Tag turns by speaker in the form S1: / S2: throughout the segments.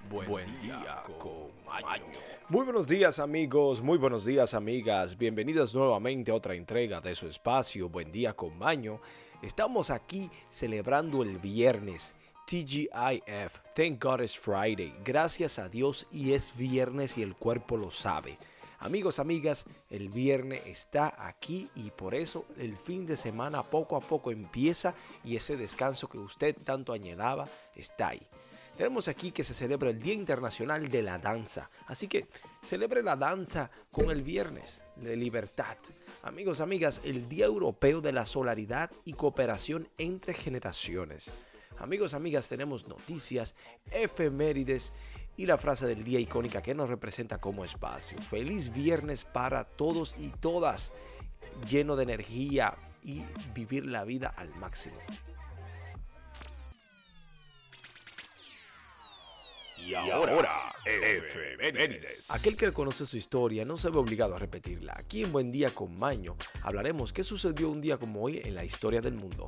S1: Buen día con Maño.
S2: Muy buenos días amigos, muy buenos días amigas, bienvenidos nuevamente a otra entrega de su espacio Buen Día con Maño. Estamos aquí celebrando el viernes, TGIF, Thank God It's Friday, gracias a Dios y es viernes y el cuerpo lo sabe. Amigos, amigas, el viernes está aquí y por eso el fin de semana poco a poco empieza y ese descanso que usted tanto añoraba está ahí. Tenemos aquí que se celebra el Día Internacional de la Danza, así que celebre la danza con el viernes de libertad. Amigos, amigas, el Día Europeo de la Solidaridad y Cooperación entre Generaciones. Amigos, amigas, tenemos noticias, efemérides y la frase del día icónica que nos representa como espacio. Feliz viernes para todos y todas, lleno de energía y vivir la vida al máximo.
S1: Y ahora, efemérides.
S2: Aquel que conoce su historia no se ve obligado a repetirla. Aquí en Buen Día con Maño hablaremos qué sucedió un día como hoy en la historia del mundo.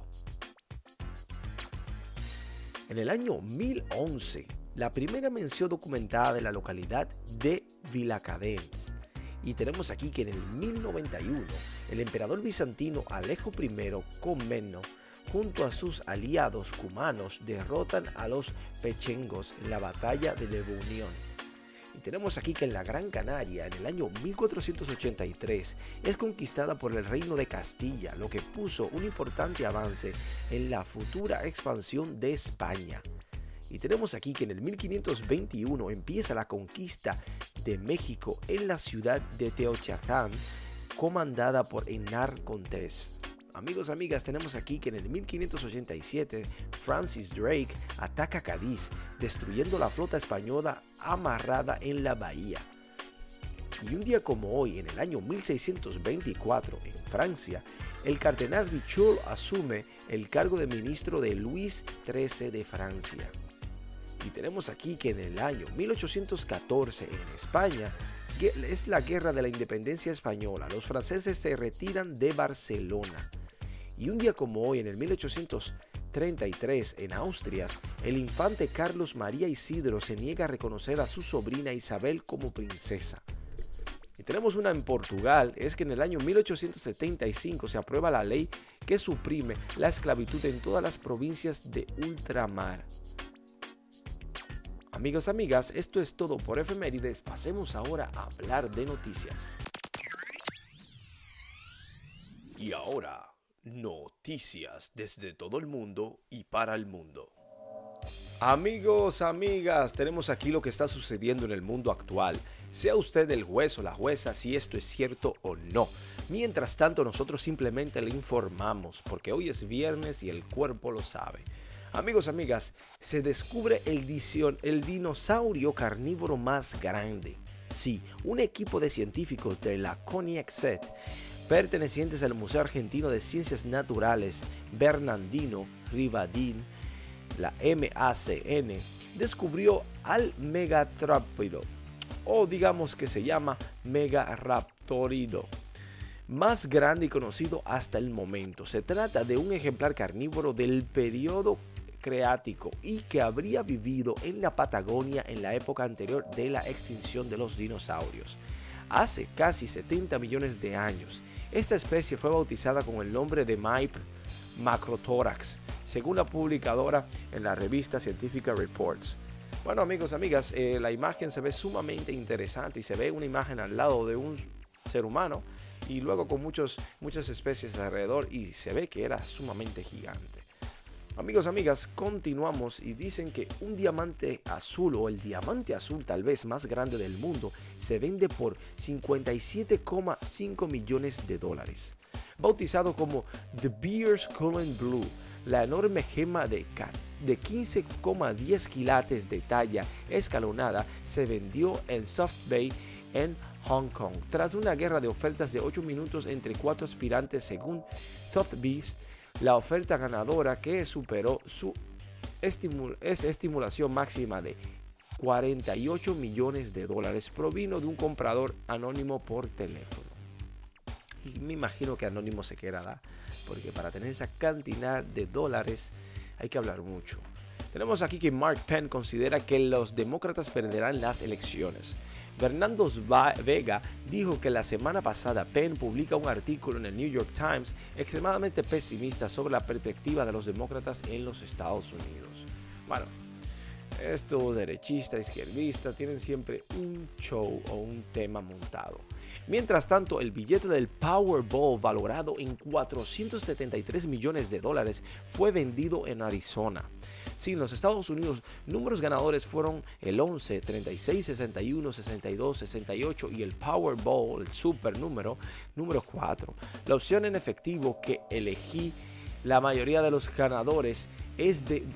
S2: En el año 1011, la primera mención documentada de la localidad de Vilacadens. Y tenemos aquí que en el 1091, el emperador bizantino Alejo I Comneno, junto a sus aliados cumanos, derrotan a los pechengos en la batalla de Lebunión. Y tenemos aquí que en la Gran Canaria, en el año 1483, es conquistada por el Reino de Castilla, lo que puso un importante avance en la futura expansión de España. Y tenemos aquí que en el 1521 empieza la conquista de México en la ciudad de Teotihuacán, comandada por Hernán Cortés. Amigos, amigas, tenemos aquí que en el 1587 Francis Drake ataca Cádiz, destruyendo la flota española amarrada en la bahía. Y un día como hoy, en el año 1624, en Francia, el cardenal Richelieu asume el cargo de ministro de Luis XIII de Francia. Y tenemos aquí que en el año 1814, en España, es la guerra de la independencia española. Los franceses se retiran de Barcelona. Y un día como hoy, en el 1833, en Austria, el infante Carlos María Isidro se niega a reconocer a su sobrina Isabel como princesa. Y tenemos una en Portugal, es que en el año 1875 se aprueba la ley que suprime la esclavitud en todas las provincias de ultramar. Amigos, amigas, esto es todo por efemérides. Pasemos ahora a hablar de noticias.
S1: Y ahora, noticias desde todo el mundo y para el mundo.
S2: Amigos, amigas, tenemos aquí lo que está sucediendo en el mundo actual. Sea usted el juez o la jueza si esto es cierto o no. Mientras tanto, nosotros simplemente le informamos, porque hoy es viernes y el cuerpo lo sabe. Amigos, amigas, se descubre el dinosaurio carnívoro más grande. Sí, un equipo de científicos de la CONIECSET, pertenecientes al Museo Argentino de Ciencias Naturales Bernardino Rivadin, la MACN, descubrió al Megatraptiro, o digamos que se llama Megaraptorido, más grande y conocido hasta el momento. Se trata de un ejemplar carnívoro del periodo Cretácico y que habría vivido en la Patagonia en la época anterior de la extinción de los dinosaurios. Hace casi 70 millones de años, esta especie fue bautizada con el nombre de Macrothorax, según la publicadora en la revista científica Reports. Bueno, amigos, amigas, la imagen se ve sumamente interesante y se ve una imagen al lado de un ser humano y luego con muchas especies alrededor y se ve que era sumamente gigante. Amigos, amigas, continuamos y dicen que un diamante azul o el diamante azul tal vez más grande del mundo se vende por 57,5 millones de dólares. Bautizado como The Beers Cullen Blue, la enorme gema de 15,10 quilates de talla escalonada se vendió en Sotheby's en Hong Kong. Tras una guerra de ofertas de 8 minutos entre 4 aspirantes según Sotheby's, la oferta ganadora, que superó su estimulación máxima de 48 millones de dólares, provino de un comprador anónimo por teléfono. Y me imagino que anónimo se quedará, porque para tener esa cantidad de dólares hay que hablar mucho. Tenemos aquí que Mark Penn considera que los demócratas perderán las elecciones. Bernardo Vega dijo que la semana pasada Penn publica un artículo en el New York Times extremadamente pesimista sobre la perspectiva de los demócratas en los Estados Unidos. Bueno, estos derechistas, izquierdistas tienen siempre un show o un tema montado. Mientras tanto, el billete del Powerball, valorado en $473 millones, fue vendido en Arizona. Sí, en los Estados Unidos, números ganadores fueron el 11, 36, 61, 62, 68 y el Powerball, el super número 4. La opción en efectivo que elegí, la mayoría de los ganadores, es de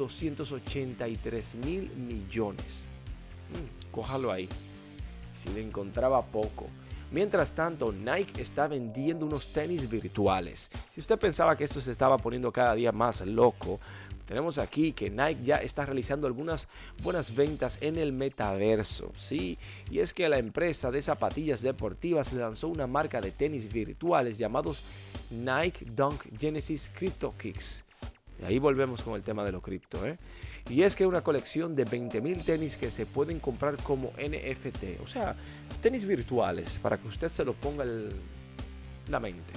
S2: 283 mil millones. Cójalo ahí, si le encontraba poco. Mientras tanto, Nike está vendiendo unos tenis virtuales. Si usted pensaba que esto se estaba poniendo cada día más loco, tenemos aquí que Nike ya está realizando algunas buenas ventas en el metaverso. Sí, y es que la empresa de zapatillas deportivas lanzó una marca de tenis virtuales llamados Nike Dunk Genesis Crypto Kicks. Y ahí volvemos con el tema de lo cripto, Y es que una colección de 20,000 tenis que se pueden comprar como NFT, o sea, tenis virtuales, para que usted se lo ponga en la mente.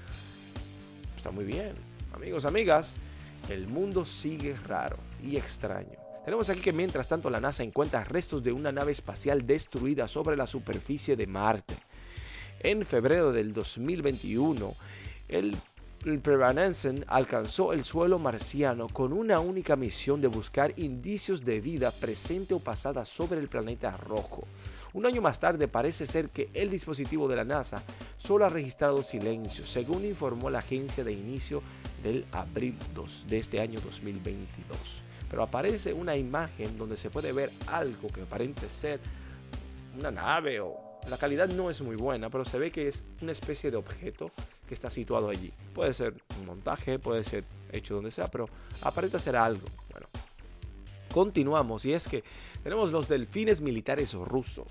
S2: Está muy bien. Amigos, amigas, el mundo sigue raro y extraño. Tenemos aquí que mientras tanto la NASA encuentra restos de una nave espacial destruida sobre la superficie de Marte. En febrero del 2021, el Perseverance alcanzó el suelo marciano con una única misión de buscar indicios de vida presente o pasada sobre el planeta rojo. Un año más tarde parece ser que el dispositivo de la NASA solo ha registrado silencio, según informó la agencia de inicio del abril de este año 2022. Pero aparece una imagen donde se puede ver algo que aparente ser una nave o... La calidad no es muy buena, pero se ve que es una especie de objeto que está situado allí. Puede ser un montaje, puede ser hecho donde sea, pero aparenta ser algo. Bueno, continuamos y es que tenemos los delfines militares rusos.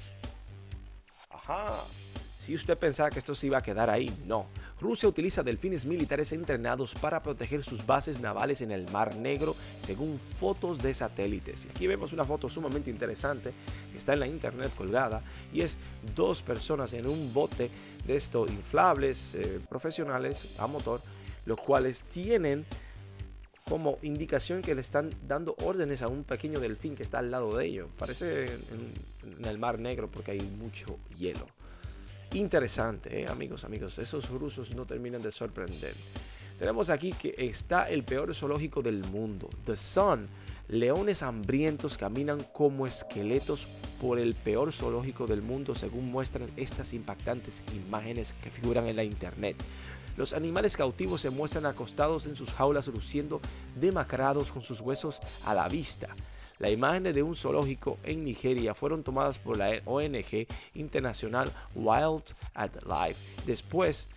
S2: Ajá. Si usted pensaba que esto se iba a quedar ahí, no. Rusia utiliza delfines militares entrenados para proteger sus bases navales en el Mar Negro, según fotos de satélites. Y aquí vemos una foto sumamente interesante que está en la internet colgada y es dos personas en un bote de estos inflables profesionales a motor, los cuales tienen como indicación que le están dando órdenes a un pequeño delfín que está al lado de ellos. Parece en el Mar Negro porque hay mucho hielo. Interesante, amigos, esos rusos no terminan de sorprender. Tenemos aquí que está el peor zoológico del mundo, The Sun. Leones hambrientos caminan como esqueletos por el peor zoológico del mundo, según muestran estas impactantes imágenes que figuran en la internet. Los animales cautivos se muestran acostados en sus jaulas luciendo demacrados con sus huesos a la vista. Las imágenes de un zoológico en Nigeria fueron tomadas por la ONG internacional Wildlife después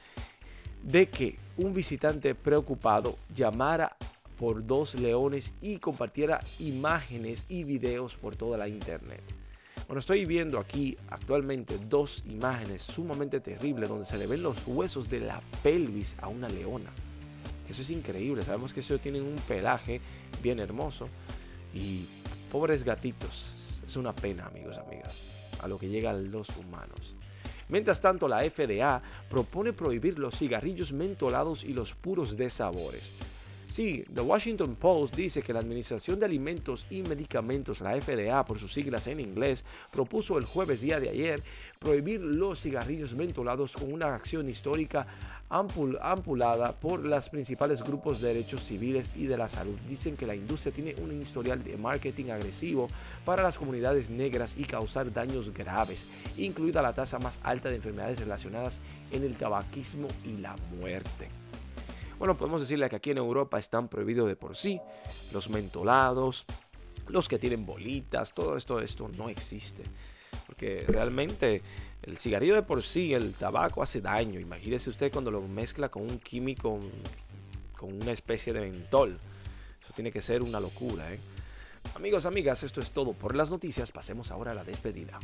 S2: de que un visitante preocupado llamara por dos leones y compartiera imágenes y videos por toda la internet. Bueno, estoy viendo aquí actualmente dos imágenes sumamente terribles donde se le ven los huesos de la pelvis a una leona. Eso es increíble, sabemos que ellos tienen un pelaje bien hermoso y pobres gatitos, es una pena, amigos, amigas, a lo que llegan los humanos. Mientras tanto, la FDA propone prohibir los cigarrillos mentolados y los puros de sabores. Sí, The Washington Post dice que la Administración de Alimentos y Medicamentos, la FDA por sus siglas en inglés, propuso el jueves día de ayer prohibir los cigarrillos mentolados con una acción histórica ampulada por los principales grupos de derechos civiles y de la salud. Dicen que la industria tiene un historial de marketing agresivo para las comunidades negras y causar daños graves, incluida la tasa más alta de enfermedades relacionadas en el tabaquismo y la muerte. Bueno, podemos decirle que aquí en Europa están prohibidos de por sí los mentolados, los que tienen bolitas, todo esto no existe. Porque realmente el cigarrillo de por sí, el tabaco hace daño. Imagínese usted cuando lo mezcla con un químico, con una especie de mentol. Eso tiene que ser una locura, Amigos, amigas, esto es todo por las noticias. Pasemos ahora a la despedida.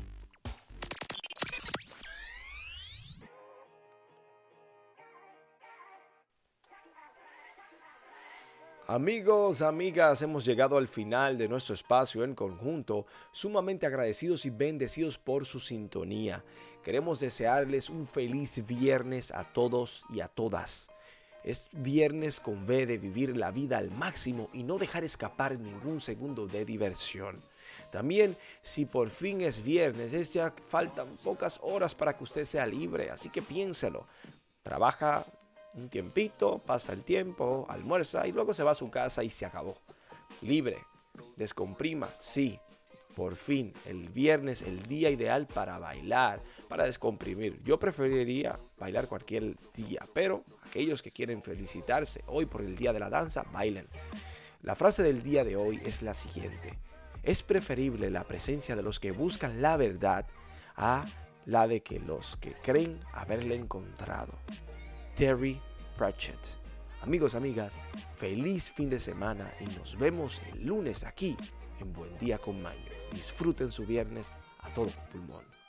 S2: Amigos, amigas, hemos llegado al final de nuestro espacio en conjunto, sumamente agradecidos y bendecidos por su sintonía. Queremos desearles un feliz viernes a todos y a todas. Es viernes con B de vivir la vida al máximo y no dejar escapar ningún segundo de diversión. También, si por fin es viernes, ya faltan pocas horas para que usted sea libre, así que piénselo. Trabaja un tiempito, pasa el tiempo, almuerza y luego se va a su casa y se acabó. Libre, descomprima, sí. Por fin, el viernes, el día ideal para bailar, para descomprimir. Yo preferiría bailar cualquier día, pero aquellos que quieren felicitarse hoy por el Día de la Danza, bailen. La frase del día de hoy es la siguiente. Es preferible la presencia de los que buscan la verdad a la de que los que creen haberla encontrado. Terry Pratchett. Amigos, amigas, feliz fin de semana y nos vemos el lunes aquí en Buen Día con Maño. Disfruten su viernes a todo pulmón.